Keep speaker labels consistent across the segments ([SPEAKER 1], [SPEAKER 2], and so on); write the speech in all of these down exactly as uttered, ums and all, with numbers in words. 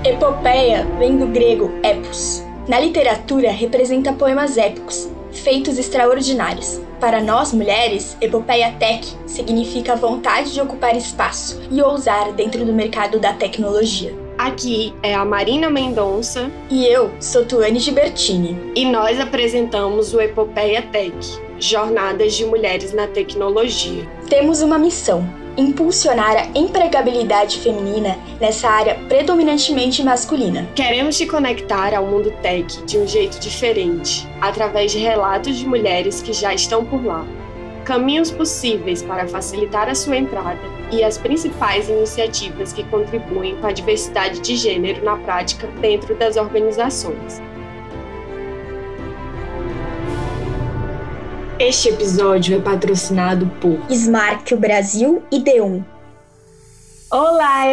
[SPEAKER 1] Epopeia vem do grego epos. Na literatura, representa poemas épicos, feitos extraordinários. Para nós, mulheres, epopeia tech significa a vontade de ocupar espaço e ousar dentro do mercado da tecnologia.
[SPEAKER 2] Aqui é a Marina Mendonça
[SPEAKER 1] e eu sou Tuane Gibertini.
[SPEAKER 2] E nós apresentamos o Epopeia Tech, Jornadas de Mulheres na Tecnologia.
[SPEAKER 1] Temos uma missão: impulsionar a empregabilidade feminina nessa área predominantemente masculina.
[SPEAKER 2] Queremos te conectar ao mundo tech de um jeito diferente, através de relatos de mulheres que já estão por lá, caminhos possíveis para facilitar a sua entrada e as principais iniciativas que contribuem com a diversidade de gênero na prática dentro das organizações.
[SPEAKER 1] Este episódio é patrocinado por Smart Brasil e D um.
[SPEAKER 3] Olá,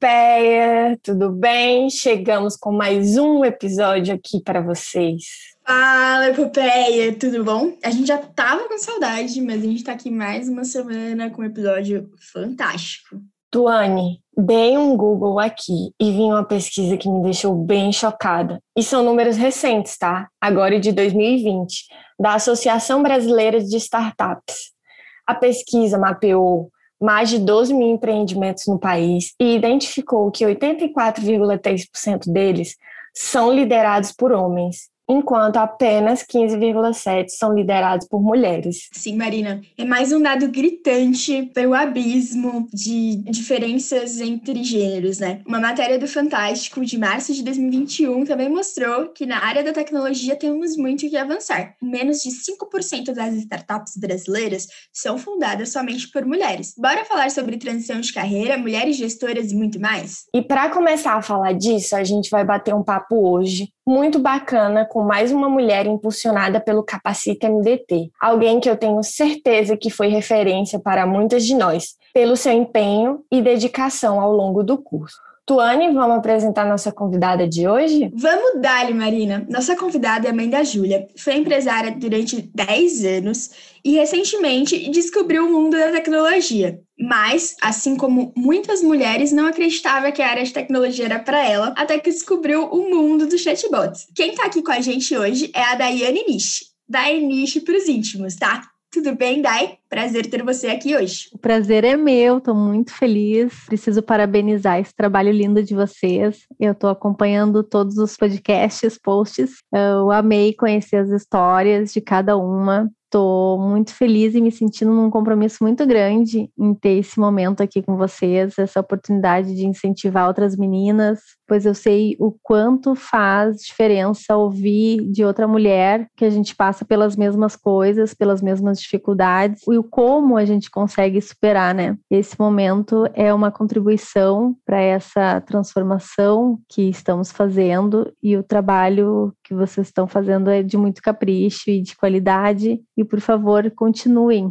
[SPEAKER 3] Epopeia! Tudo bem? Chegamos com mais um episódio aqui para vocês.
[SPEAKER 1] Fala, Epopeia! Tudo bom? A gente já tava com saudade, mas a gente tá aqui mais uma semana com um episódio fantástico.
[SPEAKER 3] Tuane, dei um Google aqui e vi uma pesquisa que me deixou bem chocada. E são números recentes, tá? Agora de dois mil e vinte, da Associação Brasileira de Startups. A pesquisa mapeou mais de doze mil empreendimentos no país e identificou que oitenta e quatro vírgula três por cento deles são liderados por homens, enquanto apenas quinze vírgula sete por cento são liderados por mulheres.
[SPEAKER 1] Sim, Marina, é mais um dado gritante para o abismo de diferenças entre gêneros, né? Uma matéria do Fantástico de março de dois mil e vinte e um também mostrou que na área da tecnologia temos muito que avançar. Menos de cinco por cento das startups brasileiras são fundadas somente por mulheres. Bora falar sobre transição de carreira, mulheres gestoras e muito mais?
[SPEAKER 3] E para começar a falar disso, a gente vai bater um papo hoje muito bacana com mais uma mulher impulsionada pelo Capacita M D T. Alguém que eu tenho certeza que foi referência para muitas de nós, pelo seu empenho e dedicação ao longo do curso. Tuane, vamos apresentar nossa convidada de hoje?
[SPEAKER 1] Vamos dar-lhe, Marina. Nossa convidada é a mãe da Júlia. Foi empresária durante dez anos e recentemente descobriu o mundo da tecnologia. Mas, assim como muitas mulheres, não acreditava que a área de tecnologia era para ela, até que descobriu o mundo dos chatbots. Quem tá aqui com a gente hoje é a Daiane Nishi. Dai Nishi pros íntimos, tá? Tudo bem, Dai? Prazer ter você aqui hoje.
[SPEAKER 4] O prazer é meu, estou muito feliz. Preciso parabenizar esse trabalho lindo de vocês. Eu estou acompanhando todos os podcasts, posts. Eu amei conhecer as histórias de cada uma. Estou muito feliz e me sentindo num compromisso muito grande em ter esse momento aqui com vocês, essa oportunidade de incentivar outras meninas, pois eu sei o quanto faz diferença ouvir de outra mulher que a gente passa pelas mesmas coisas, pelas mesmas dificuldades e o como a gente consegue superar, né? Esse momento é uma contribuição para essa transformação que estamos fazendo e o trabalho que vocês estão fazendo é de muito capricho e de qualidade. E, por favor, continuem.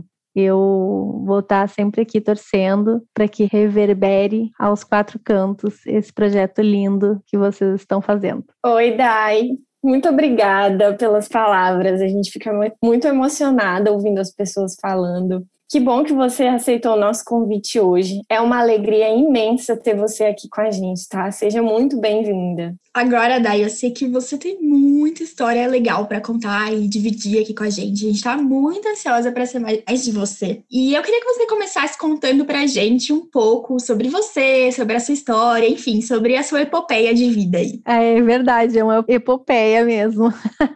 [SPEAKER 4] Eu vou estar sempre aqui torcendo para que reverbere aos quatro cantos esse projeto lindo que vocês estão fazendo.
[SPEAKER 3] Oi, Dai. Muito obrigada pelas palavras. A gente fica muito emocionada ouvindo as pessoas falando. Que bom que você aceitou o nosso convite hoje. É uma alegria imensa ter você aqui com a gente, tá? Seja muito bem-vinda.
[SPEAKER 1] Agora, Dai, eu sei que você tem muita história legal para contar e dividir aqui com a gente. A gente tá muito ansiosa para saber mais de você. E eu queria que você começasse contando pra gente um pouco sobre você, sobre a sua história, enfim, sobre a sua epopeia de vida aí.
[SPEAKER 4] É verdade, é uma epopeia mesmo.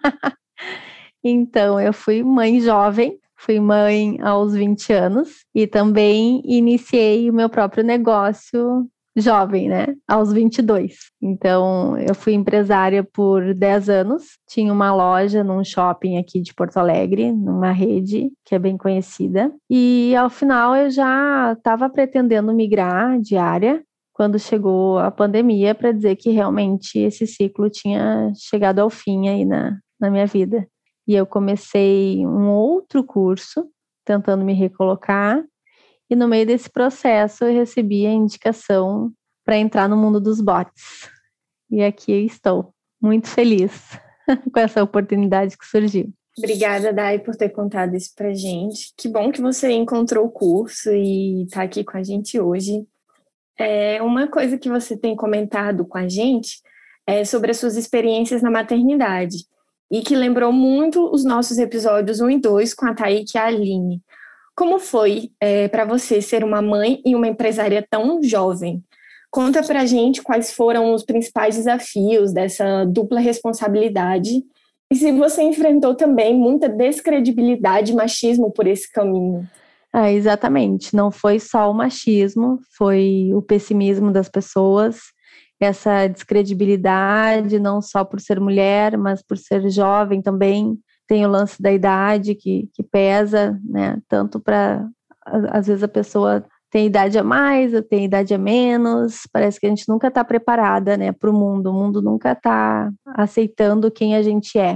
[SPEAKER 4] Então, eu fui mãe jovem. Fui mãe aos vinte anos e também iniciei o meu próprio negócio jovem, né? Aos vinte e dois. Então, eu fui empresária por dez anos. Tinha uma loja num shopping aqui de Porto Alegre, numa rede que é bem conhecida. E, ao final, eu já estava pretendendo migrar de área quando chegou a pandemia para dizer que realmente esse ciclo tinha chegado ao fim aí na, na minha vida. E eu comecei um outro curso, tentando me recolocar, e no meio desse processo eu recebi a indicação para entrar no mundo dos bots. E aqui eu estou, muito feliz com essa oportunidade que surgiu.
[SPEAKER 3] Obrigada, Dai, por ter contado isso pra gente. Que bom que você encontrou o curso e está aqui com a gente hoje. É, uma coisa que você tem comentado com a gente é sobre as suas experiências na maternidade e que lembrou muito os nossos episódios um e dois com a Thaíque e a Aline. Como foi é, para você ser uma mãe e uma empresária tão jovem? Conta para a gente quais foram os principais desafios dessa dupla responsabilidade e se você enfrentou também muita descredibilidade e machismo por esse caminho.
[SPEAKER 4] É, exatamente, não foi só o machismo, foi o pessimismo das pessoas, essa descredibilidade, não só por ser mulher, mas por ser jovem também. Tem o lance da idade que, que pesa, né? Tanto para, às vezes a pessoa tem idade a mais, tem idade a menos, parece que a gente nunca está preparada, né, para o mundo, o mundo nunca está aceitando quem a gente é.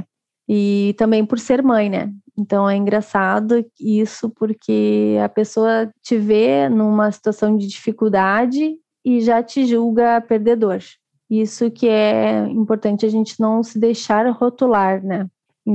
[SPEAKER 4] E também por ser mãe, né? Então é engraçado isso porque a pessoa te vê numa situação de dificuldade e já te julga perdedor. Isso que é importante a gente não se deixar rotular, né?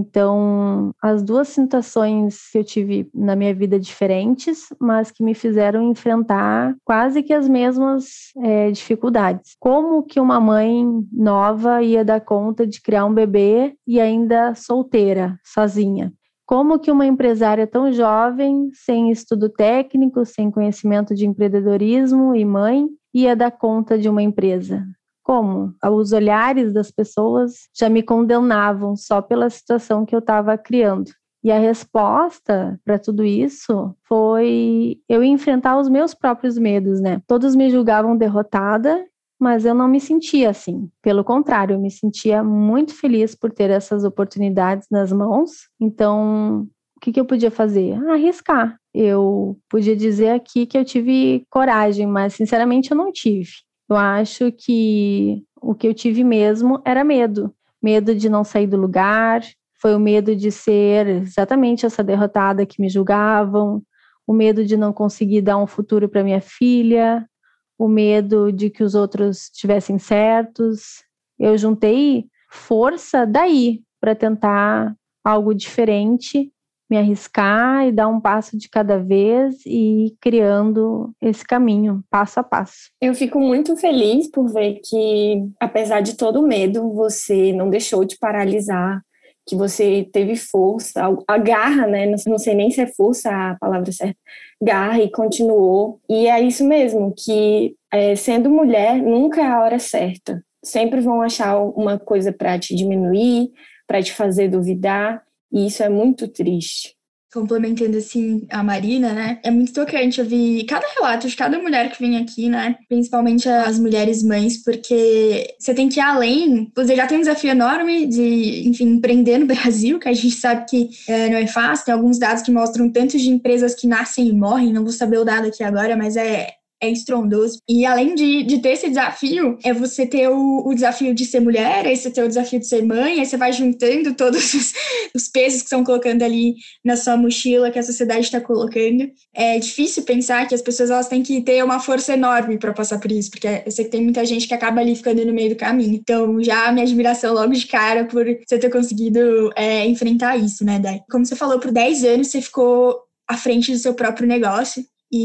[SPEAKER 4] Então, as duas situações que eu tive na minha vida diferentes, mas que me fizeram enfrentar quase que as mesmas é, dificuldades. Como que uma mãe nova ia dar conta de criar um bebê e ainda solteira, sozinha? Como que uma empresária tão jovem, sem estudo técnico, sem conhecimento de empreendedorismo e mãe, ia dar conta de uma empresa? Como? Os olhares das pessoas já me condenavam só pela situação que eu estava criando. E a resposta para tudo isso foi eu enfrentar os meus próprios medos, né? Todos me julgavam derrotada, mas eu não me sentia assim. Pelo contrário, eu me sentia muito feliz por ter essas oportunidades nas mãos. Então, o que, que eu podia fazer? Arriscar. Eu podia dizer aqui que eu tive coragem, mas sinceramente eu não tive. Eu acho que o que eu tive mesmo era medo. Medo de não sair do lugar, foi o medo de ser exatamente essa derrotada que me julgavam, o medo de não conseguir dar um futuro para minha filha, o medo de que os outros estivessem certos. Eu juntei força daí para tentar algo diferente, me arriscar e dar um passo de cada vez e ir criando esse caminho, passo a passo.
[SPEAKER 3] Eu fico muito feliz por ver que, apesar de todo o medo, você não deixou de paralisar, que você teve força, a garra, né? Não sei nem se é força a palavra certa, garra e continuou. E é isso mesmo, que é, sendo mulher, nunca é a hora certa. Sempre vão achar uma coisa para te diminuir, para te fazer duvidar. E isso é muito triste.
[SPEAKER 1] Complementando, assim, a Marina, né? É muito tocante ouvir cada relato de cada mulher que vem aqui, né? Principalmente as mulheres mães, porque você tem que ir além. Você já tem um desafio enorme de, enfim, empreender no Brasil, que a gente sabe que é, não é fácil. Tem alguns dados que mostram tanto de empresas que nascem e morrem. Não vou saber o dado aqui agora, mas é... é estrondoso. E além de, de ter esse desafio, é você ter o, o desafio de ser mulher, aí você ter o desafio de ser mãe, aí você vai juntando todos os, os pesos que estão colocando ali na sua mochila, que a sociedade está colocando. É difícil pensar que as pessoas elas têm que ter uma força enorme para passar por isso, porque eu sei que tem muita gente que acaba ali ficando no meio do caminho. Então, já a minha admiração logo de cara por você ter conseguido é, enfrentar isso, né, Dai? Como você falou, por dez anos você ficou à frente do seu próprio negócio,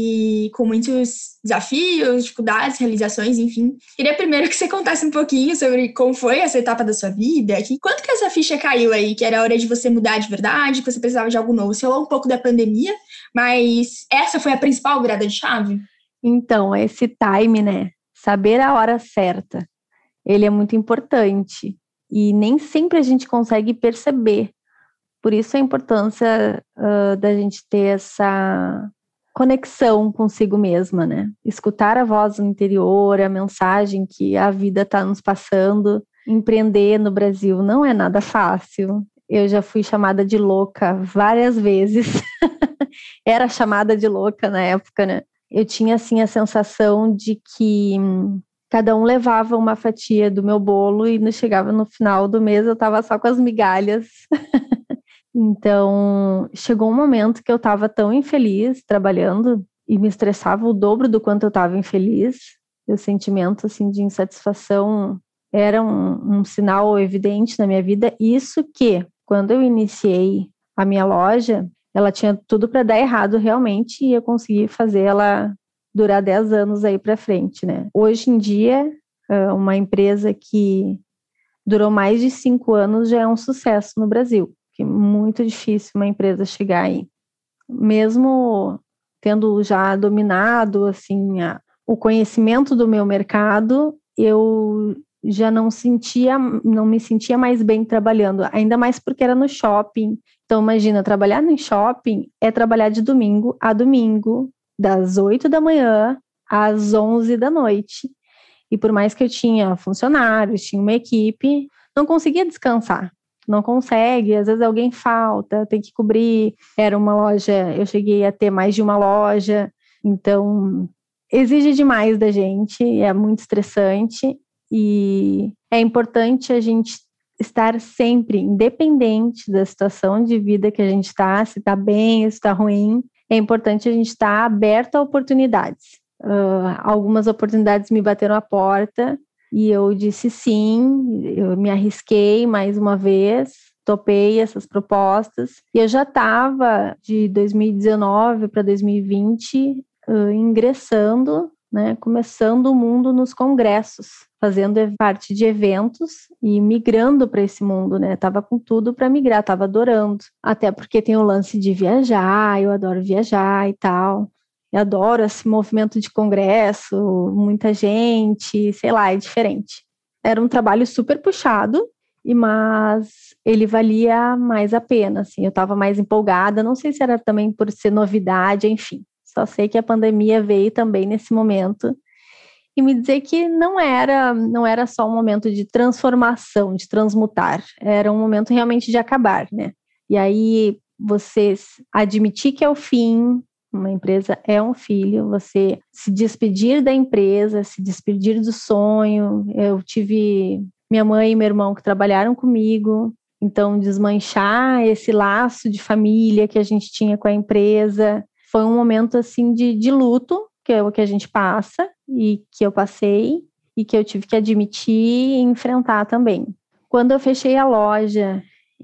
[SPEAKER 1] e com muitos desafios, dificuldades, realizações, enfim. Queria primeiro que você contasse um pouquinho sobre como foi essa etapa da sua vida, que, quanto que essa ficha caiu aí, que era a hora de você mudar de verdade, que você precisava de algo novo. Você falou um pouco da pandemia, mas essa foi a principal virada de chave?
[SPEAKER 4] Então, esse time, né? Saber a hora certa, ele é muito importante e nem sempre a gente consegue perceber. Por isso a importância uh, da gente ter essa conexão consigo mesma, né? Escutar a voz no interior, a mensagem que a vida está nos passando. Empreender no Brasil não é nada fácil. Eu já fui chamada de louca várias vezes. Era chamada de louca na época, né? Eu tinha, assim, a sensação de que hum, cada um levava uma fatia do meu bolo e chegava no final do mês eu estava só com as migalhas. Então, chegou um momento que eu estava tão infeliz trabalhando e me estressava o dobro do quanto eu estava infeliz. O sentimento assim, de insatisfação era um, um sinal evidente na minha vida. Isso que, quando eu iniciei a minha loja, ela tinha tudo para dar errado realmente e eu consegui fazer ela durar dez anos aí para frente, né? Hoje em dia, uma empresa que durou mais de cinco anos já é um sucesso no Brasil, que é muito difícil uma empresa chegar aí. Mesmo tendo já dominado, assim, a, o conhecimento do meu mercado, eu já não sentia, não me sentia mais bem trabalhando, ainda mais porque era no shopping. Então, imagina, trabalhar no shopping é trabalhar de domingo a domingo, das oito da manhã às onze da noite. E por mais que eu tinha funcionários, tinha uma equipe, não conseguia descansar. Não consegue, às vezes alguém falta, tem que cobrir. Era uma loja, eu cheguei a ter mais de uma loja, então exige demais da gente, é muito estressante e é importante a gente estar sempre independente da situação de vida que a gente está, se está bem, se está ruim. É importante a gente estar aberto a oportunidades. Uh, algumas oportunidades me bateram à porta e eu disse sim, eu me arrisquei mais uma vez, topei essas propostas. E eu já estava de dois mil e dezenove para dois mil e vinte uh, ingressando, né, começando o mundo nos congressos, fazendo parte de eventos e migrando para esse mundo, né? Tava com tudo para migrar, tava adorando. Até porque tem o lance de viajar, eu adoro viajar e tal. Eu adoro esse movimento de congresso, muita gente, sei lá, é diferente. Era um trabalho super puxado, mas ele valia mais a pena, assim, eu estava mais empolgada, não sei se era também por ser novidade, enfim. Só sei que a pandemia veio também nesse momento e me dizer que não era, não era só um momento de transformação, de transmutar, era um momento realmente de acabar, né? E aí você admitir que é o fim. Uma empresa é um filho, você se despedir da empresa, se despedir do sonho. Eu tive minha mãe e meu irmão que trabalharam comigo, então desmanchar esse laço de família que a gente tinha com a empresa foi um momento assim de, de luto, que é o que a gente passa e que eu passei e que eu tive que admitir e enfrentar também. Quando eu fechei a loja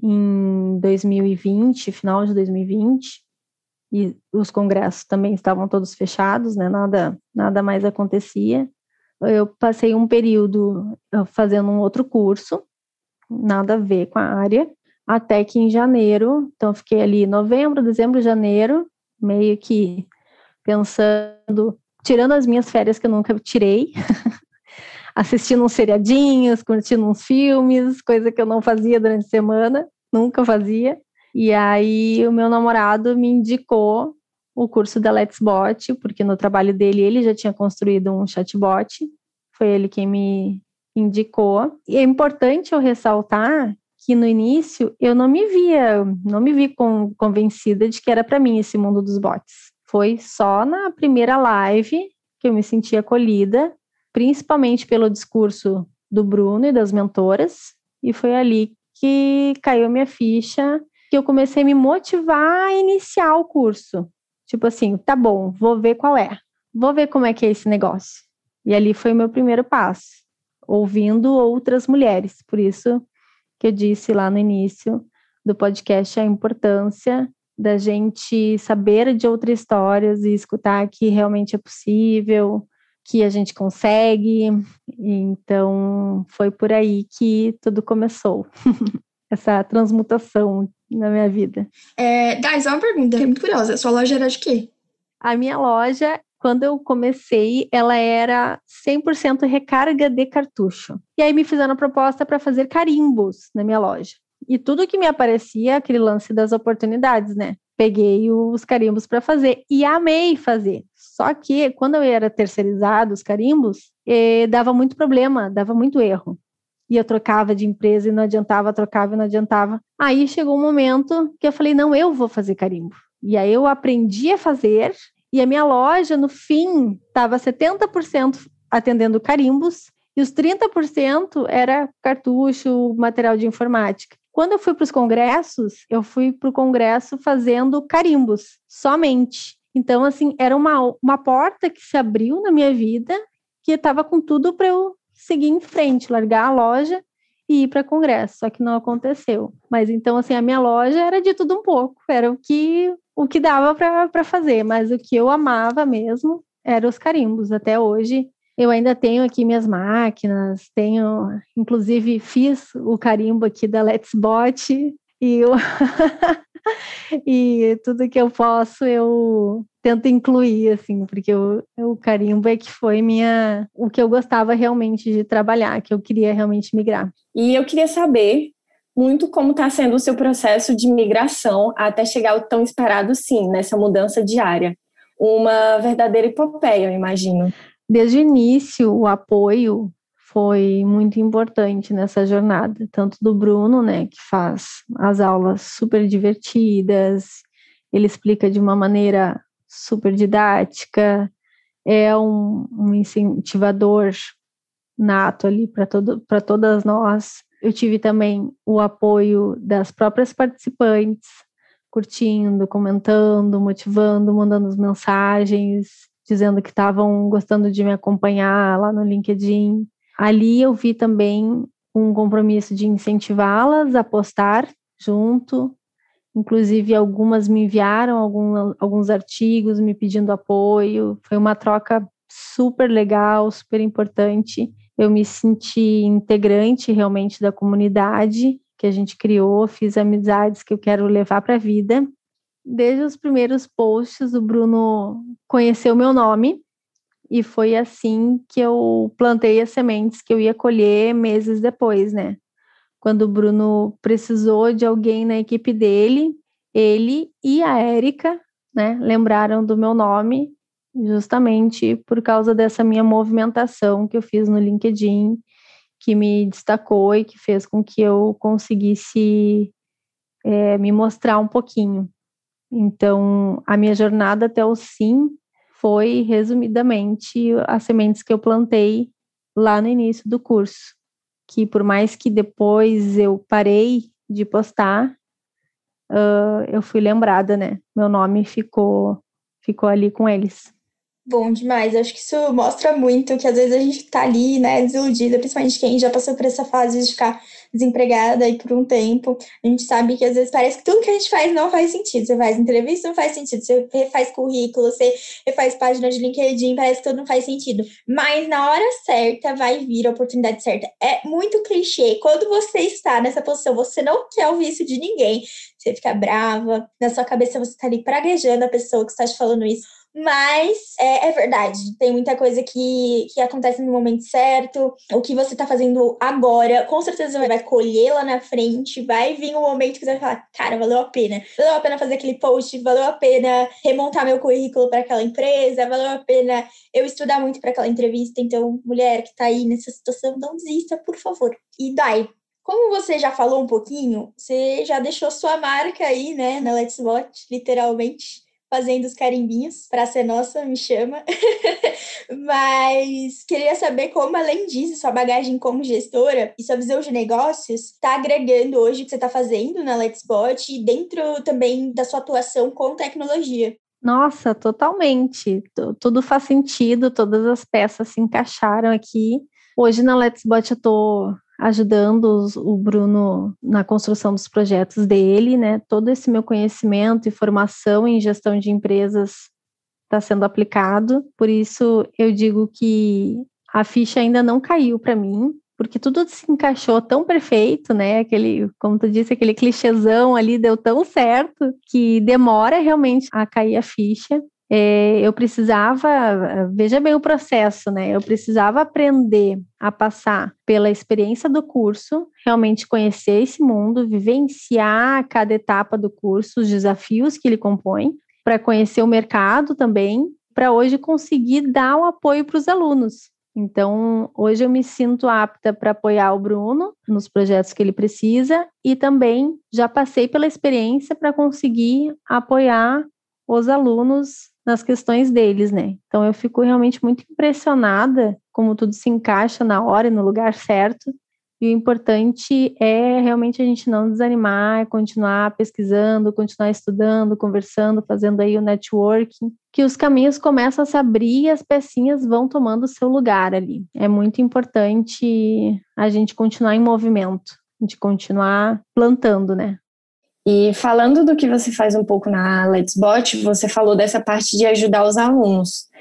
[SPEAKER 4] em dois mil e vinte, final de dois mil e vinte, e os congressos também estavam todos fechados, né? Nada, nada mais acontecia. Eu passei um período fazendo um outro curso, nada a ver com a área, até que em janeiro, então eu fiquei ali novembro, dezembro, janeiro, meio que pensando, tirando as minhas férias que eu nunca tirei, assistindo uns seriadinhos, curtindo uns filmes, coisa que eu não fazia durante a semana, nunca fazia. E aí o meu namorado me indicou o curso da Let's Bot, porque no trabalho dele ele já tinha construído um chatbot, foi ele quem me indicou. E é importante eu ressaltar que no início eu não me via, não me vi com, convencida de que era para mim esse mundo dos bots. Foi só na primeira live que eu me senti acolhida, principalmente pelo discurso do Bruno e das mentoras, e foi ali que caiu minha ficha, que eu comecei a me motivar a iniciar o curso. Tipo assim, tá bom, vou ver qual é. Vou ver como é que é esse negócio. E ali foi o meu primeiro passo, ouvindo outras mulheres. Por isso que eu disse lá no início do podcast a importância da gente saber de outras histórias e escutar que realmente é possível, que a gente consegue. Então, foi por aí que tudo começou. Essa transmutação na minha vida.
[SPEAKER 1] É, Dais, uma pergunta, fiquei muito curiosa. Sua loja era de quê?
[SPEAKER 4] A minha loja, quando eu comecei, ela era cem por cento recarga de cartucho. E aí me fizeram a proposta para fazer carimbos na minha loja. E tudo que me aparecia, aquele lance das oportunidades, né? Peguei os carimbos para fazer e amei fazer. Só que quando eu era terceirizado, os carimbos, eh, dava muito problema, dava muito erro. E eu trocava de empresa e não adiantava, trocava e não adiantava. Aí chegou um momento que eu falei, não, eu vou fazer carimbo. E aí eu aprendi a fazer e a minha loja, no fim, estava setenta por cento atendendo carimbos e os trinta por cento era cartucho, material de informática. Quando eu fui para os congressos, eu fui para o congresso fazendo carimbos, somente. Então, assim, era uma, uma porta que se abriu na minha vida que estava com tudo para eu seguir em frente, largar a loja e ir para congresso, só que não aconteceu. Mas então, assim, a minha loja era de tudo um pouco, era o que, o que dava para fazer, mas o que eu amava mesmo eram os carimbos. Até hoje, eu ainda tenho aqui minhas máquinas, tenho, inclusive, fiz o carimbo aqui da Let's Bot, e, eu e tudo que eu posso, eu tento incluir, assim, porque eu, o carimbo é que foi minha, o que eu gostava realmente de trabalhar, que eu queria realmente migrar.
[SPEAKER 3] E eu queria saber muito como está sendo o seu processo de migração até chegar ao tão esperado, sim, nessa mudança diária. Uma verdadeira epopeia, eu imagino.
[SPEAKER 4] Desde o início, o apoio foi muito importante nessa jornada, tanto do Bruno, né, que faz as aulas super divertidas, ele explica de uma maneira super didática, é um, um incentivador nato ali para todo, para todas nós. Eu tive também o apoio das próprias participantes, curtindo, comentando, motivando, mandando as mensagens, dizendo que estavam gostando de me acompanhar lá no LinkedIn. Ali eu vi também um compromisso de incentivá-las a postar junto. Inclusive, algumas me enviaram algum, alguns artigos me pedindo apoio. Foi uma troca super legal, super importante. Eu me senti integrante realmente da comunidade que a gente criou, fiz amizades que eu quero levar para a vida. Desde os primeiros posts, o Bruno conheceu meu nome e foi assim que eu plantei as sementes que eu ia colher meses depois, né? Quando o Bruno precisou de alguém na equipe dele, ele e a Érica, né, lembraram do meu nome, justamente por causa dessa minha movimentação que eu fiz no LinkedIn, que me destacou e que fez com que eu conseguisse é, me mostrar um pouquinho. Então, a minha jornada até o sim foi, resumidamente, as sementes que eu plantei lá no início do curso, que por mais que depois eu parei de postar, uh, eu fui lembrada, né? Meu nome ficou, ficou ali com eles.
[SPEAKER 1] Bom demais, acho que isso mostra muito que às vezes a gente tá ali, né, desiludida, principalmente quem já passou por essa fase de ficar desempregada aí por um tempo. A gente sabe que às vezes parece que tudo que a gente faz não faz sentido. Você faz entrevista, não faz sentido. Você refaz currículo, você refaz página de LinkedIn, parece que tudo não faz sentido. Mas na hora certa vai vir a oportunidade certa. É muito clichê. Quando você está nessa posição, você não quer ouvir isso de ninguém. Você fica brava, na sua cabeça você tá ali praguejando a pessoa que está te falando isso. Mas é, é verdade, tem muita coisa que, que acontece no momento certo. O que você tá fazendo agora, com certeza vai colher lá na frente. Vai vir um momento que você vai falar, cara, valeu a pena. Valeu a pena fazer aquele post, valeu a pena remontar meu currículo para aquela empresa, valeu a pena eu estudar muito para aquela entrevista. Então, mulher que tá aí nessa situação, não desista, por favor. E Dai, como você já falou um pouquinho, você já deixou sua marca aí, né, na Let's Bot, literalmente, fazendo os carimbinhos, para ser nossa, me chama. Mas queria saber como, além disso, sua bagagem como gestora e sua visão de negócios está agregando hoje o que você está fazendo na Let's Bot e dentro também da sua atuação com tecnologia.
[SPEAKER 4] Nossa, totalmente. Tudo faz sentido, todas as peças se encaixaram aqui. Hoje na Let's Bot eu estou ajudando os, o Bruno na construção dos projetos dele, né? Todo esse meu conhecimento e formação em gestão de empresas está sendo aplicado. Por isso eu digo que a ficha ainda não caiu para mim, porque tudo se encaixou tão perfeito, né? Aquele, como tu disse, aquele clichêzão ali deu tão certo que demora realmente a cair a ficha. É, eu precisava, veja bem o processo, né? Eu precisava aprender a passar pela experiência do curso, realmente conhecer esse mundo, vivenciar cada etapa do curso, os desafios que ele compõe, para conhecer o mercado também, para hoje conseguir dar o apoio para os alunos. Então, hoje eu me sinto apta para apoiar o Bruno nos projetos que ele precisa e também já passei pela experiência para conseguir apoiar os alunos nas questões deles, né? Então eu fico realmente muito impressionada como tudo se encaixa na hora e no lugar certo. E o importante é realmente a gente não desanimar, continuar pesquisando, continuar estudando, conversando, fazendo aí o networking, que os caminhos começam a se abrir e as pecinhas vão tomando o seu lugar ali. É muito importante a gente continuar em movimento, a gente continuar plantando, né?
[SPEAKER 3] E falando do que você faz um pouco na Let's Bot, você falou dessa parte de ajudar os alunos.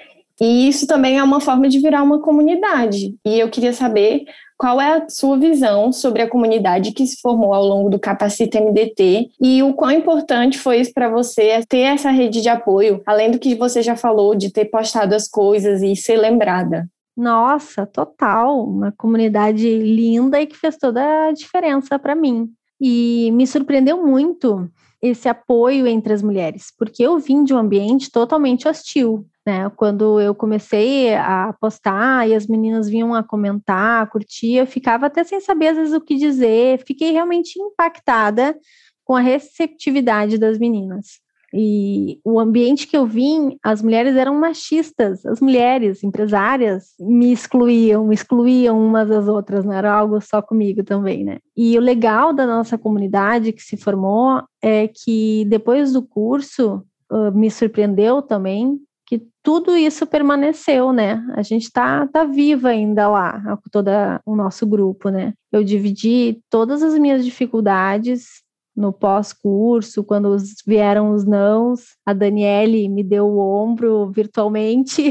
[SPEAKER 3] E isso também é uma forma de virar uma comunidade. E eu queria saber qual é a sua visão sobre a comunidade que se formou ao longo do Capacita M D T e o quão importante foi isso para você ter essa rede de apoio, além do que você já falou, de ter postado as coisas e ser lembrada.
[SPEAKER 4] Nossa, total, uma comunidade linda e que fez toda a diferença para mim. E me surpreendeu muito esse apoio entre as mulheres, porque eu vim de um ambiente totalmente hostil, né? Quando eu comecei a postar e as meninas vinham a comentar, a curtir, eu ficava até sem saber às vezes o que dizer, fiquei realmente impactada com a receptividade das meninas. E o ambiente que eu vim, as mulheres eram machistas, as mulheres empresárias me excluíam, me excluíam umas das outras, não era algo só comigo também, né? E o legal da nossa comunidade que se formou é que depois do curso, uh, me surpreendeu também que tudo isso permaneceu, né? A gente tá, tá viva ainda lá, todo o nosso grupo, né? Eu dividi todas as minhas dificuldades no pós-curso, quando os, vieram os nãos, a Daniele me deu o ombro virtualmente,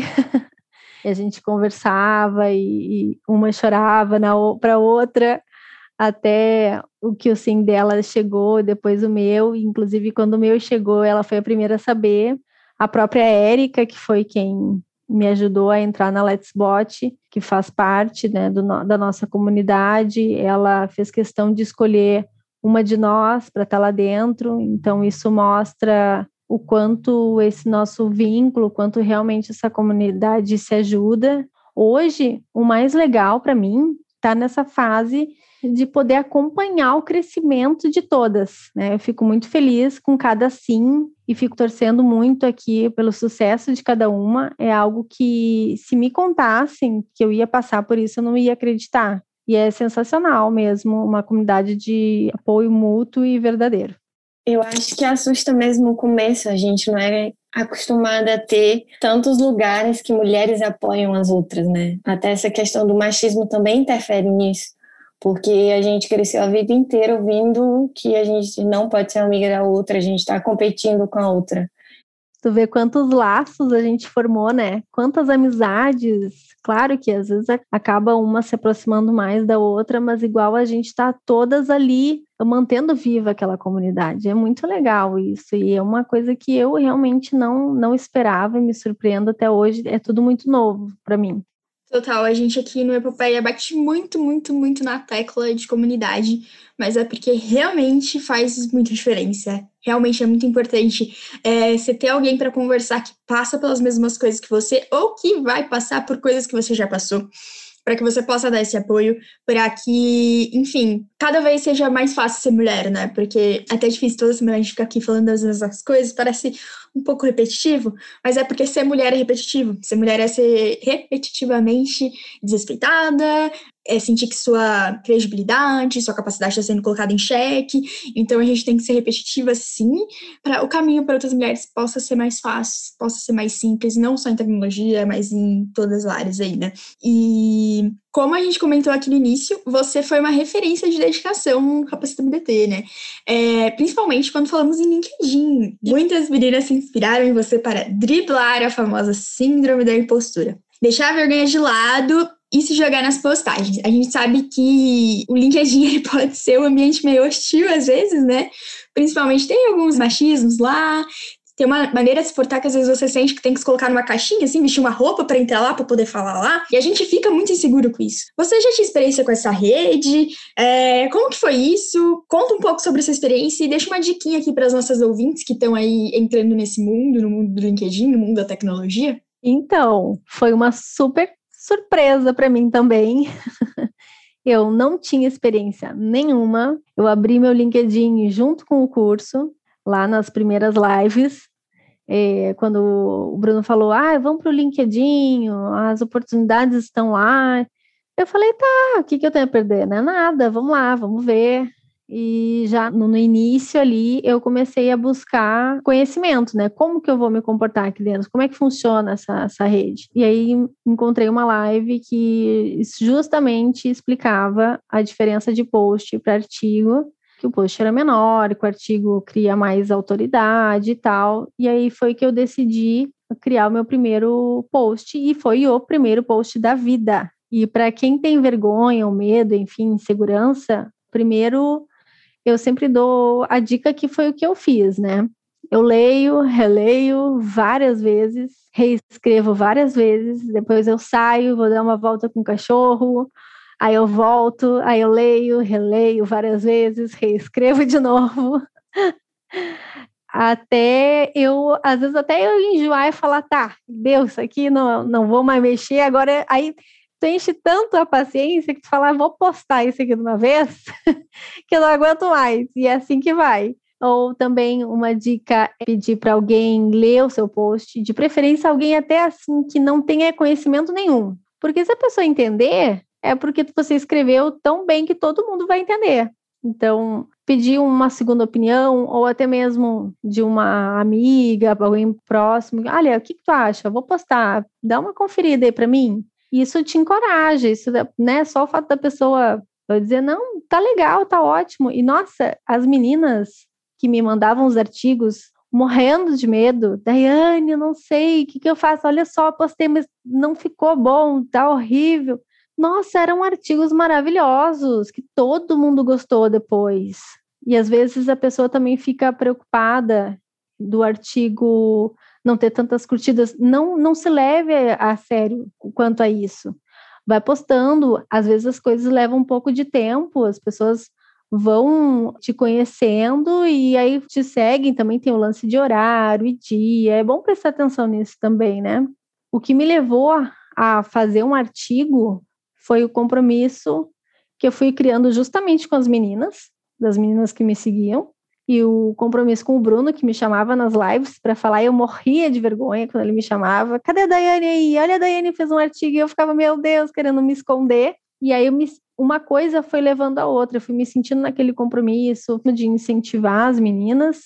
[SPEAKER 4] e a gente conversava, e, e uma chorava para a outra, até o que o sim dela chegou, depois o meu, inclusive quando o meu chegou, ela foi a primeira a saber, a própria Érica, que foi quem me ajudou a entrar na Let's Bot, que faz parte, né, do, da nossa comunidade, ela fez questão de escolher uma de nós para estar lá dentro, então isso mostra o quanto esse nosso vínculo, quanto realmente essa comunidade se ajuda. Hoje, o mais legal para mim está nessa fase de poder acompanhar o crescimento de todas, né? Eu fico muito feliz com cada sim e fico torcendo muito aqui pelo sucesso de cada uma. É algo que, se me contassem que eu ia passar por isso, eu não ia acreditar. E é sensacional mesmo, uma comunidade de apoio mútuo e verdadeiro.
[SPEAKER 3] Eu acho que assusta mesmo o começo, a gente não é acostumada a ter tantos lugares que mulheres apoiam as outras, né? Até essa questão do machismo também interfere nisso, porque a gente cresceu a vida inteira ouvindo que a gente não pode ser amiga da outra, a gente está competindo com a outra.
[SPEAKER 4] Tu vê quantos laços a gente formou, né? Quantas amizades. Claro que às vezes acaba uma se aproximando mais da outra, mas igual a gente está todas ali mantendo viva aquela comunidade. É muito legal isso, e é uma coisa que eu realmente não, não esperava e me surpreendo até hoje. É tudo muito novo para mim.
[SPEAKER 1] Total, a gente aqui no Epopeia bate muito, muito, muito na tecla de comunidade, mas é porque realmente faz muita diferença. Realmente é muito importante é, você ter alguém para conversar que passa pelas mesmas coisas que você ou que vai passar por coisas que você já passou, para que você possa dar esse apoio, para que, enfim, cada vez seja mais fácil ser mulher, né? Porque é até difícil toda semana a gente ficar aqui falando das mesmas coisas, parece um pouco repetitivo, mas é porque ser mulher é repetitivo. Ser mulher é ser repetitivamente desrespeitada, é sentir que sua credibilidade, sua capacidade está sendo colocada em xeque. Então a gente tem que ser repetitiva, sim, para o caminho para outras mulheres possa ser mais fácil, possa ser mais simples, não só em tecnologia, mas em todas as áreas aí, né? E como a gente comentou aqui no início, você foi uma referência de dedicação no Capacita M D T, né? É, principalmente quando falamos em LinkedIn. Muitas meninas se inspiraram em você para driblar a famosa síndrome da impostura. Deixar a vergonha de lado e se jogar nas postagens. A gente sabe que o LinkedIn ele pode ser um ambiente meio hostil às vezes, né? Principalmente tem alguns machismos lá, tem uma maneira de se portar que às vezes você sente que tem que se colocar numa caixinha, assim, vestir uma roupa para entrar lá, para poder falar lá, e a gente fica muito inseguro com isso. Você já tinha experiência com essa rede? É, como que foi isso? Conta um pouco sobre essa experiência e deixa uma diquinha aqui para as nossas ouvintes que estão aí entrando nesse mundo, no mundo do LinkedIn, no mundo da tecnologia.
[SPEAKER 4] Então, foi uma super surpresa para mim também. Eu não tinha experiência nenhuma. Eu abri meu LinkedIn junto com o curso, lá nas primeiras lives, é, quando o Bruno falou, ah, vamos para o LinkedIn, as oportunidades estão lá. Eu falei, tá, o que, que eu tenho a perder? Não é nada, vamos lá, vamos ver. E já no, no início ali, eu comecei a buscar conhecimento, né? Como que eu vou me comportar aqui dentro? Como é que funciona essa, essa rede? E aí encontrei uma live que justamente explicava a diferença de post para artigo, que o post era menor, que o artigo cria mais autoridade e tal. E aí foi que eu decidi criar o meu primeiro post, e foi o primeiro post da vida. E para quem tem vergonha, ou medo, enfim, insegurança, primeiro eu sempre dou a dica que foi o que eu fiz, né? Eu leio, releio várias vezes, reescrevo várias vezes, depois eu saio, vou dar uma volta com o cachorro, aí eu volto, aí eu leio, releio várias vezes, reescrevo de novo. Até eu, às vezes até eu enjoar e falar, tá, deu, isso aqui não, não vou mais mexer, agora aí tu enche tanto a paciência que tu fala, vou postar isso aqui de uma vez, que eu não aguento mais, e é assim que vai. Ou também uma dica é pedir para alguém ler o seu post, de preferência alguém até assim que não tenha conhecimento nenhum, porque se a pessoa entender, é porque você escreveu tão bem que todo mundo vai entender. Então, pedir uma segunda opinião, ou até mesmo de uma amiga, alguém próximo, olha, o que, que tu acha? Eu vou postar, dá uma conferida aí para mim. Isso te encoraja, isso, né? Só o fato da pessoa dizer, não, tá legal, tá ótimo. E, nossa, as meninas que me mandavam os artigos morrendo de medo, Daiane, eu não sei, o que, que eu faço? Olha só, postei, mas não ficou bom, tá horrível. Nossa, eram artigos maravilhosos, que todo mundo gostou depois. E às vezes a pessoa também fica preocupada do artigo não ter tantas curtidas. Não, não se leve a sério quanto a isso. Vai postando, às vezes as coisas levam um pouco de tempo, as pessoas vão te conhecendo e aí te seguem, também tem o lance de horário e dia, é bom prestar atenção nisso também, né? O que me levou a fazer um artigo foi o compromisso que eu fui criando justamente com as meninas, das meninas que me seguiam, e o compromisso com o Bruno, que me chamava nas lives para falar, eu morria de vergonha quando ele me chamava, cadê a Daiane aí? Olha, a Daiane fez um artigo, e eu ficava, meu Deus, querendo me esconder, e aí eu me, uma coisa foi levando a outra, eu fui me sentindo naquele compromisso de incentivar as meninas,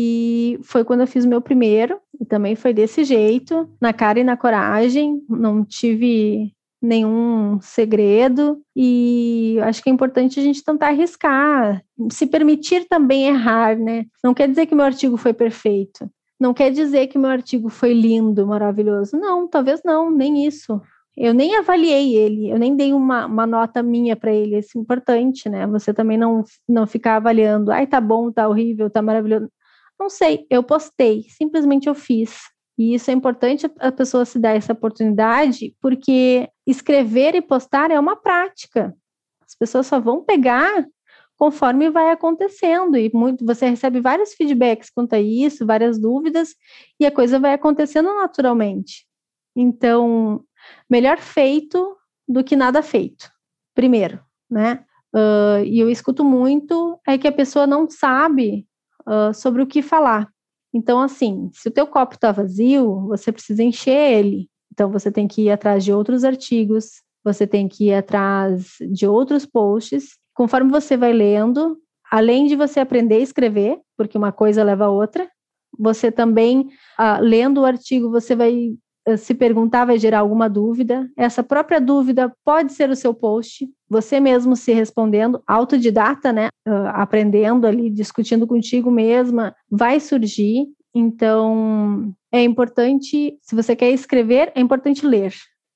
[SPEAKER 4] e foi quando eu fiz o meu primeiro, e também foi desse jeito, na cara e na coragem, não tive nenhum segredo, e acho que é importante a gente tentar arriscar, se permitir também errar, né? Não quer dizer que meu artigo foi perfeito, não quer dizer que meu artigo foi lindo, maravilhoso, não, talvez não, nem isso. Eu nem avaliei ele, eu nem dei uma, uma nota minha para ele, isso é importante, né? Você também não, não ficar avaliando, ai, tá bom, tá horrível, tá maravilhoso. Não sei, eu postei, simplesmente eu fiz. E isso é importante a pessoa se dar essa oportunidade, porque escrever e postar é uma prática. As pessoas só vão pegar conforme vai acontecendo, e muito, você recebe vários feedbacks quanto a isso, várias dúvidas, e a coisa vai acontecendo naturalmente. Então, melhor feito do que nada feito, primeiro, né? Uh, e eu escuto muito é que a pessoa não sabe uh, sobre o que falar. Então, assim, se o teu copo está vazio, você precisa encher ele. Então, você tem que ir atrás de outros artigos, você tem que ir atrás de outros posts. Conforme você vai lendo, além de você aprender a escrever, porque uma coisa leva a outra, você também, uh, lendo o artigo, você vai uh, se perguntar, vai gerar alguma dúvida. Essa própria dúvida pode ser o seu post, você mesmo se respondendo, autodidata, né? Uh, aprendendo ali, discutindo contigo mesma, vai surgir. Então, é importante, se você quer escrever, é importante ler.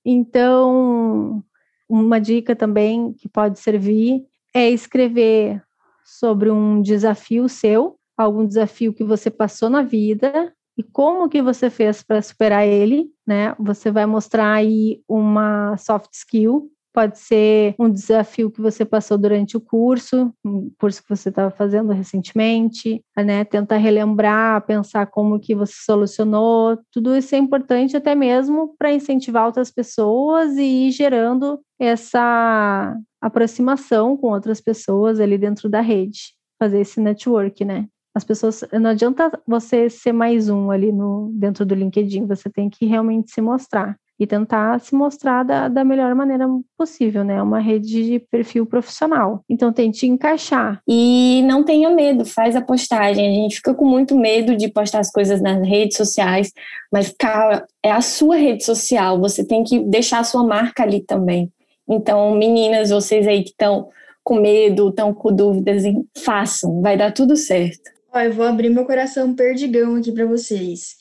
[SPEAKER 4] Então, uma dica também que pode servir é escrever sobre um desafio seu, algum desafio que você passou na vida e como que você fez para superar ele, né? Você vai mostrar aí uma soft skill, pode ser um desafio que você passou durante o curso, um curso que você estava fazendo recentemente, né? Tentar relembrar, pensar como que você solucionou, tudo isso é importante até mesmo para incentivar outras pessoas e ir gerando essa aproximação com outras pessoas ali dentro da rede, fazer esse network, né? As pessoas, não adianta você ser mais um ali no, dentro do LinkedIn, você tem que realmente se mostrar e tentar se mostrar da, da melhor maneira possível, né? Uma rede de perfil profissional. Então, tente encaixar.
[SPEAKER 3] E não tenha medo, faz a postagem. A gente fica com muito medo de postar as coisas nas redes sociais, mas, cara, é a sua rede social, você tem que deixar a sua marca ali também. Então, meninas, vocês aí que estão com medo, estão com dúvidas, façam, vai dar tudo certo.
[SPEAKER 1] Ó, eu vou abrir meu coração perdigão aqui para vocês.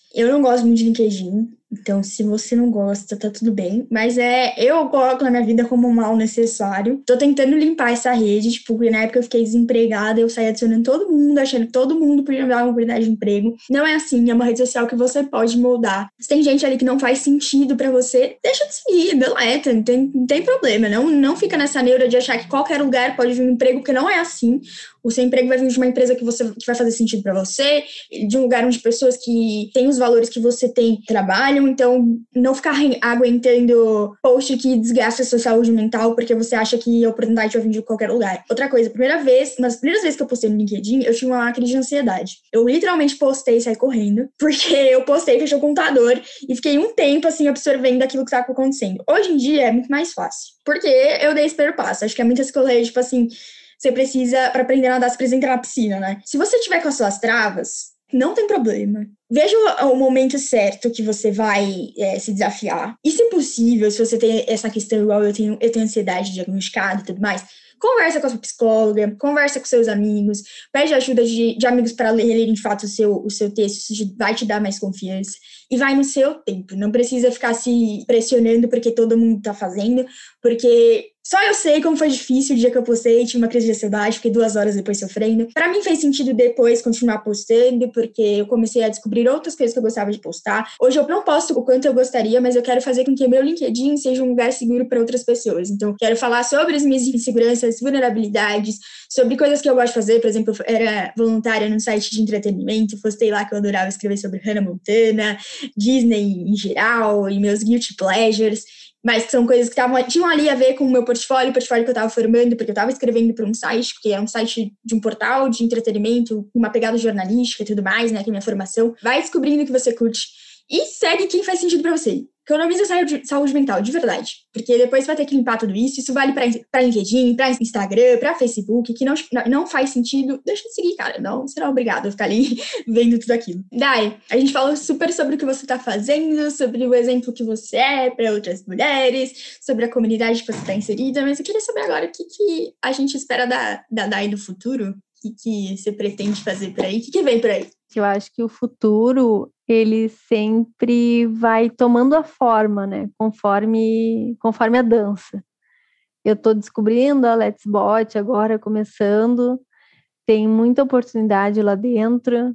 [SPEAKER 1] Eu não gosto muito de LinkedIn, então se você não gosta, tá tudo bem. Mas é, eu coloco na minha vida como um mal necessário. Tô tentando limpar essa rede, tipo, porque na época eu fiquei desempregada, eu saí adicionando todo mundo, achando que todo mundo podia me dar uma oportunidade de emprego. Não é assim, é uma rede social que você pode moldar. Se tem gente ali que não faz sentido pra você, deixa de seguir, deleta, não tem, não tem problema. Não, não fica nessa neura de achar que qualquer lugar pode vir um emprego, porque não é assim. O seu emprego vai vir de uma empresa que, você, que vai fazer sentido pra você, de um lugar onde pessoas que têm os valores que você tem trabalham, então não ficar aguentando post que desgasta a sua saúde mental porque você acha que a oportunidade vai vir de qualquer lugar. Outra coisa, primeira vez, nas primeiras vezes que eu postei no LinkedIn, eu tinha uma crise de ansiedade. Eu literalmente postei e saí correndo, porque eu postei, fechei o computador e fiquei um tempo assim absorvendo aquilo que estava acontecendo. Hoje em dia é muito mais fácil, porque eu dei esse primeiro passo. Acho que é muitas coisas, tipo assim, você precisa, para aprender a nadar, você precisa entrar na piscina, né? Se você tiver com as suas travas, não tem problema. Veja o, o momento certo que você vai é, se desafiar. E, se possível, se você tem essa questão igual eu tenho, eu tenho ansiedade diagnosticada e tudo mais, conversa com a sua psicóloga, conversa com seus amigos, pede ajuda de, de amigos para lerem de fato o seu, o seu texto, isso vai te dar mais confiança. E vai no seu tempo, não precisa ficar se pressionando porque todo mundo tá fazendo, porque só eu sei como foi difícil o dia que eu postei, tive uma crise de ansiedade, fiquei duas horas depois sofrendo. Pra mim fez sentido depois continuar postando, porque eu comecei a descobrir outras coisas que eu gostava de postar. Hoje eu não posto o quanto eu gostaria, mas eu quero fazer com que meu LinkedIn seja um lugar seguro para outras pessoas. Então, quero falar sobre as minhas inseguranças, vulnerabilidades, sobre coisas que eu gosto de fazer. Por exemplo, eu era voluntária num site de entretenimento, postei lá que eu adorava escrever sobre Hannah Montana, Disney em geral, e meus guilty pleasures, mas que são coisas que tavam, tinham ali a ver com o meu portfólio, o portfólio que eu estava formando, porque eu estava escrevendo para um site, que é um site de um portal de entretenimento, uma pegada jornalística e tudo mais, né, que é a minha formação. Vai descobrindo o que você curte e segue quem faz sentido para você. Economiza saúde, saúde mental, de verdade. Porque depois você vai ter que limpar tudo isso. Isso vale para LinkedIn, para Instagram, para Facebook, que não, não faz sentido. Deixa de seguir, cara. Não será obrigado a ficar ali vendo tudo aquilo. Dai, a gente falou super sobre o que você está fazendo, sobre o exemplo que você é para outras mulheres, sobre a comunidade que você está inserida, mas eu queria saber agora o que, que a gente espera da, da Dai no futuro. O que, que você pretende fazer por aí? O que, que vem por aí?
[SPEAKER 4] Eu acho que o futuro, ele sempre vai tomando a forma, né? Conforme, conforme a dança. Eu estou descobrindo a Let's Bot agora, começando. Tem muita oportunidade lá dentro.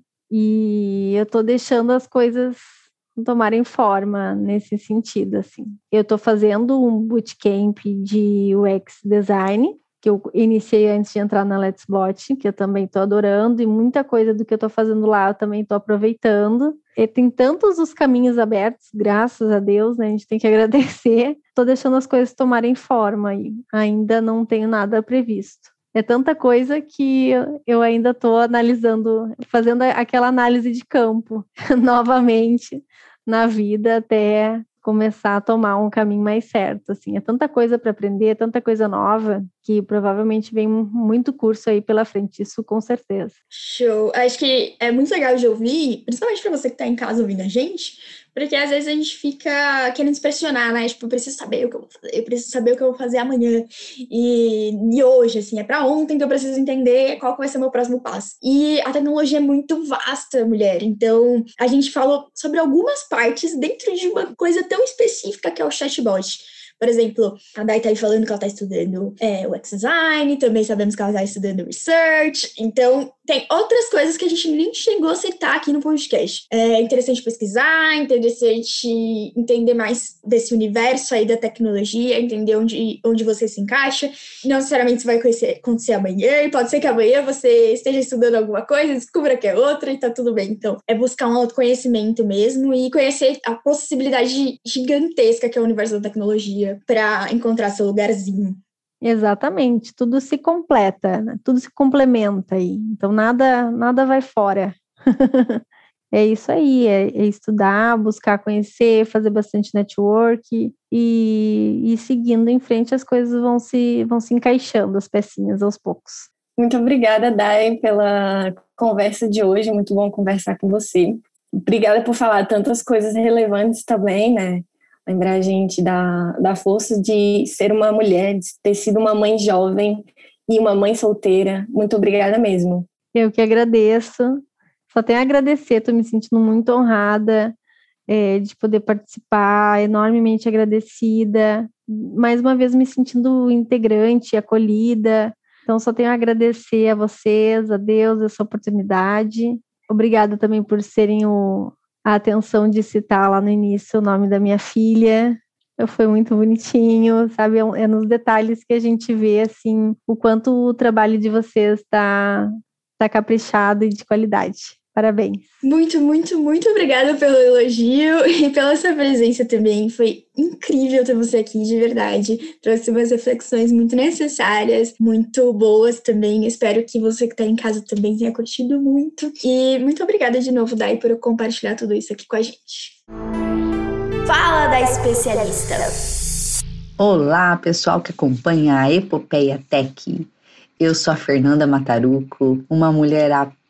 [SPEAKER 4] E eu estou deixando as coisas tomarem forma nesse sentido, assim. Eu estou fazendo um bootcamp de U X Design, que eu iniciei antes de entrar na Let's Bot, que eu também estou adorando, e muita coisa do que eu estou fazendo lá eu também estou aproveitando. E tem tantos os caminhos abertos, graças a Deus, né? A gente tem que agradecer. Estou deixando as coisas tomarem forma e ainda não tenho nada previsto. É tanta coisa que eu ainda estou analisando, fazendo aquela análise de campo novamente na vida até começar a tomar um caminho mais certo, assim, é tanta coisa para aprender, é tanta coisa nova, que provavelmente vem muito curso aí pela frente, isso com certeza.
[SPEAKER 1] Show, acho que é muito legal de ouvir, principalmente para você que tá em casa ouvindo a gente, porque às vezes a gente fica querendo se pressionar, né, tipo, eu preciso saber o que eu vou fazer, eu preciso saber o que eu vou fazer amanhã, e, e hoje, assim, é para ontem que eu preciso entender qual que vai ser o meu próximo passo, e a tecnologia é muito vasta, mulher, então a gente falou sobre algumas partes dentro de uma coisa tão específica que é o chatbot. Por exemplo, a Dai tá aí falando que ela tá estudando é, U X Design, também sabemos que ela tá estudando Research, então tem outras coisas que a gente nem chegou a citar aqui no podcast. É interessante pesquisar, interessante entender mais desse universo aí da tecnologia, entender onde, onde você se encaixa. Não necessariamente isso vai acontecer, acontecer amanhã, e pode ser que amanhã você esteja estudando alguma coisa, descubra que é outra e tá tudo bem. Então, é buscar um autoconhecimento mesmo e conhecer a possibilidade gigantesca que é o universo da tecnologia para encontrar seu lugarzinho.
[SPEAKER 4] Exatamente, tudo se completa, né? Tudo se complementa aí, então nada, nada vai fora. É isso aí, é, é estudar, buscar conhecer, fazer bastante network e, e seguindo em frente as coisas vão se, vão se encaixando, as pecinhas aos poucos.
[SPEAKER 3] Muito obrigada, Dai, pela conversa de hoje, muito bom conversar com você. Obrigada por falar tantas coisas relevantes também, né? Lembrar a gente da, da força de ser uma mulher, de ter sido uma mãe jovem e uma mãe solteira. Muito obrigada mesmo.
[SPEAKER 4] Eu que agradeço. Só tenho a agradecer, estou me sentindo muito honrada é, de poder participar, enormemente agradecida, mais uma vez me sentindo integrante, acolhida. Então, só tenho a agradecer a vocês, a Deus, essa oportunidade. Obrigada também por serem o, a atenção de citar lá no início o nome da minha filha. Foi muito bonitinho, sabe? É, é nos detalhes que a gente vê, assim, o quanto o trabalho de vocês está tá caprichado e de qualidade. Parabéns.
[SPEAKER 1] Muito, muito, muito obrigada pelo elogio e pela sua presença também. Foi incrível ter você aqui, de verdade. Trouxe umas reflexões muito necessárias, muito boas também. Espero que você que está em casa também tenha curtido muito. E muito obrigada de novo, Dai, por compartilhar tudo isso aqui com a gente.
[SPEAKER 5] Fala da especialista.
[SPEAKER 6] Olá, pessoal que acompanha a Epopeia Tech. Eu sou a Fernanda Mataruco, uma mulher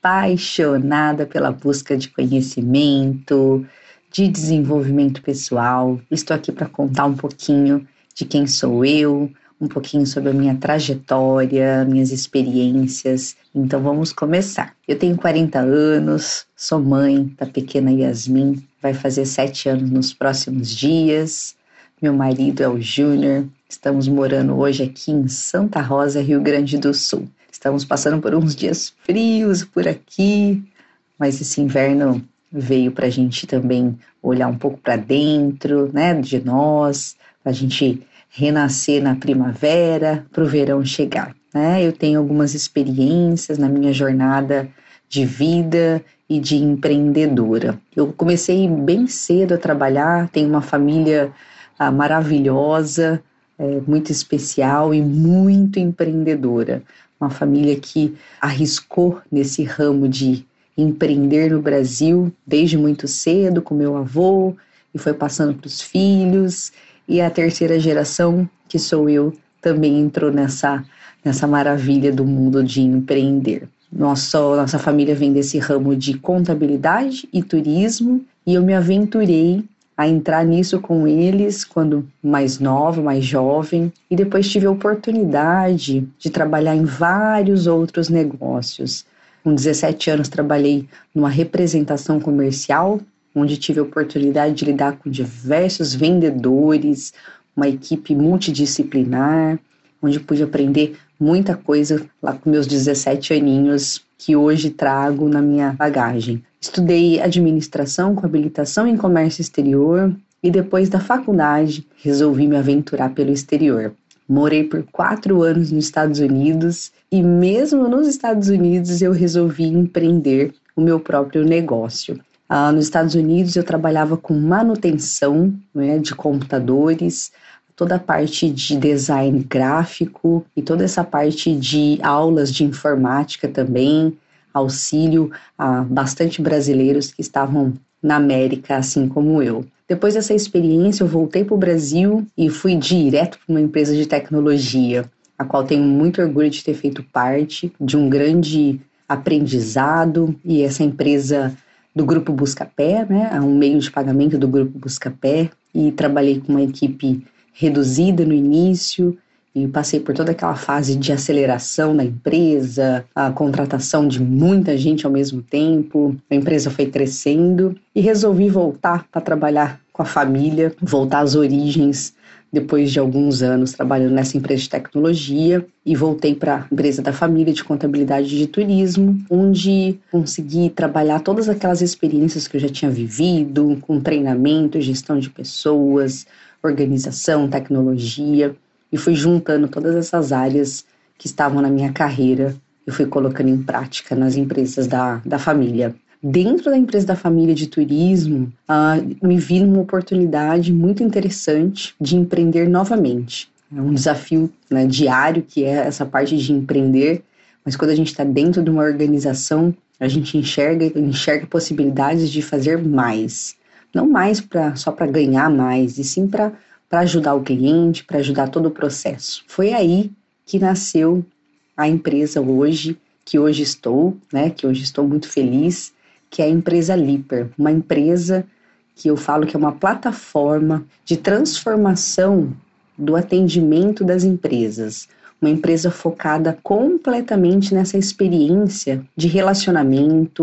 [SPEAKER 6] apaixonada pela busca de conhecimento, de desenvolvimento pessoal. Estou aqui para contar um pouquinho de quem sou eu, um pouquinho sobre a minha trajetória, minhas experiências. Então vamos começar. Eu tenho quarenta anos, sou mãe da pequena Yasmin, vai fazer sete anos nos próximos dias. Meu marido é o Júnior, estamos morando hoje aqui em Santa Rosa, Rio Grande do Sul. Estamos passando por uns dias frios por aqui, mas esse inverno veio para a gente também olhar um pouco para dentro, né, de nós, para a gente renascer na primavera, para o verão chegar, né? Eu tenho algumas experiências na minha jornada de vida e de empreendedora. Eu comecei bem cedo a trabalhar, tenho uma família ah, maravilhosa, é, muito especial e muito empreendedora. Uma família que arriscou nesse ramo de empreender no Brasil desde muito cedo com meu avô e foi passando para os filhos, e a terceira geração, que sou eu, também entrou nessa, nessa maravilha do mundo de empreender. Nossa, nossa família vem desse ramo de contabilidade e turismo e eu me aventurei a entrar nisso com eles quando mais nova, mais jovem, e depois tive a oportunidade de trabalhar em vários outros negócios. Com dezessete anos trabalhei numa representação comercial, onde tive a oportunidade de lidar com diversos vendedores, uma equipe multidisciplinar, onde pude aprender muita coisa lá com meus dezessete aninhos, que hoje trago na minha bagagem. Estudei administração com habilitação em comércio exterior e depois da faculdade resolvi me aventurar pelo exterior. Morei por quatro anos nos Estados Unidos e mesmo nos Estados Unidos eu resolvi empreender o meu próprio negócio. Ah, nos Estados Unidos eu trabalhava com manutenção, né, de computadores, toda a parte de design gráfico e toda essa parte de aulas de informática também, auxílio a bastante brasileiros que estavam na América, assim como eu. Depois dessa experiência, eu voltei para o Brasil e fui direto para uma empresa de tecnologia, a qual tenho muito orgulho de ter feito parte de um grande aprendizado, e essa empresa do Grupo Buscapé, né, é um meio de pagamento do Grupo Buscapé, e trabalhei com uma equipe reduzida no início, e passei por toda aquela fase de aceleração da empresa, a contratação de muita gente ao mesmo tempo, a empresa foi crescendo e resolvi voltar para trabalhar com a família, voltar às origens depois de alguns anos trabalhando nessa empresa de tecnologia, e voltei para a empresa da família de contabilidade de turismo, onde consegui trabalhar todas aquelas experiências que eu já tinha vivido, com treinamento, gestão de pessoas, organização, tecnologia, e fui juntando todas essas áreas que estavam na minha carreira e fui colocando em prática nas empresas da, da família. Dentro da empresa da família de turismo, uh, me vi numa oportunidade muito interessante de empreender novamente. É um desafio, né, diário, que é essa parte de empreender, mas quando a gente está dentro de uma organização, a gente enxerga, enxerga possibilidades de fazer mais. Não mais pra, só para ganhar mais, e sim para para ajudar o cliente, para ajudar todo o processo. Foi aí que nasceu a empresa hoje, que hoje estou, né, que hoje estou muito feliz, que é a empresa Liper, uma empresa que eu falo que é uma plataforma de transformação do atendimento das empresas, uma empresa focada completamente nessa experiência de relacionamento,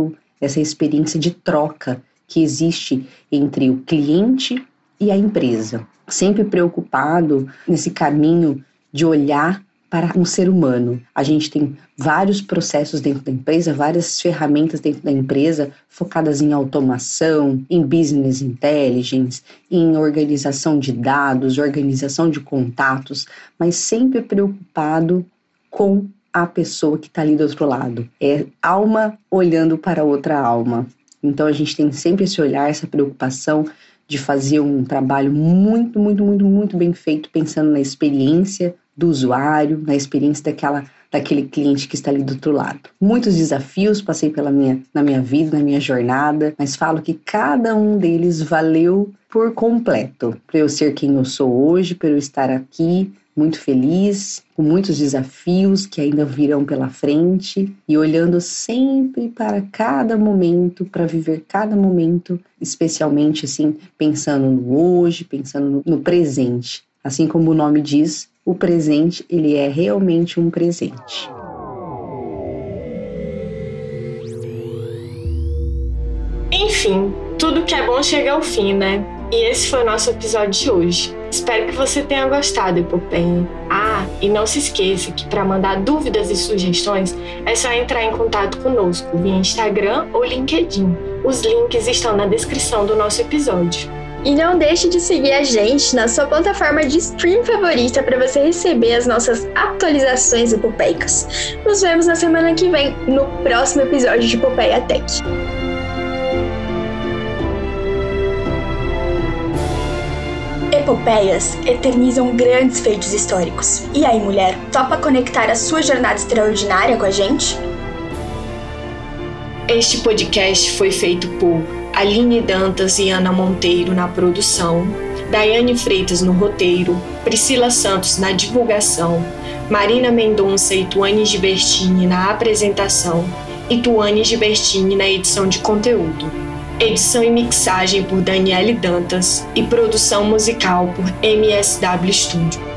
[SPEAKER 6] essa experiência de troca que existe entre o cliente e a empresa. Sempre preocupado nesse caminho de olhar para um ser humano. A gente tem vários processos dentro da empresa, várias ferramentas dentro da empresa focadas em automação, em business intelligence, em organização de dados, organização de contatos, mas sempre preocupado com a pessoa que está ali do outro lado. É alma olhando para outra alma. Então a gente tem sempre esse olhar, essa preocupação de fazer um trabalho muito, muito, muito, muito bem feito, pensando na experiência do usuário, na experiência daquela, daquele cliente que está ali do outro lado. Muitos desafios passei pela minha, na minha vida, na minha jornada, mas falo que cada um deles valeu por completo, para eu ser quem eu sou hoje, para eu estar aqui, muito feliz, com muitos desafios que ainda virão pela frente e olhando sempre para cada momento, para viver cada momento, especialmente assim, pensando no hoje, pensando no, no presente. Assim como o nome diz, o presente, ele é realmente um presente.
[SPEAKER 2] Enfim, tudo que é bom chega ao fim, né? E esse foi o nosso episódio de hoje. Espero que você tenha gostado, Epopeia. Ah, e não se esqueça que para mandar dúvidas e sugestões é só entrar em contato conosco via Instagram ou LinkedIn. Os links estão na descrição do nosso episódio.
[SPEAKER 1] E não deixe de seguir a gente na sua plataforma de stream favorita para você receber as nossas atualizações epopeicas. Nos vemos na semana que vem, no próximo episódio de Epopeia Tech. Epopeias eternizam grandes feitos históricos. E aí, mulher, topa conectar a sua jornada extraordinária com a gente?
[SPEAKER 2] Este podcast foi feito por Aline Dantas e Ana Monteiro na produção, Daiane Freitas no roteiro, Priscila Santos na divulgação, Marina Mendonça e Tuane Gibertini na apresentação e Tuane Gibertini na edição de conteúdo. Edição e mixagem por Daniele Dantas e produção musical por M S W Studio.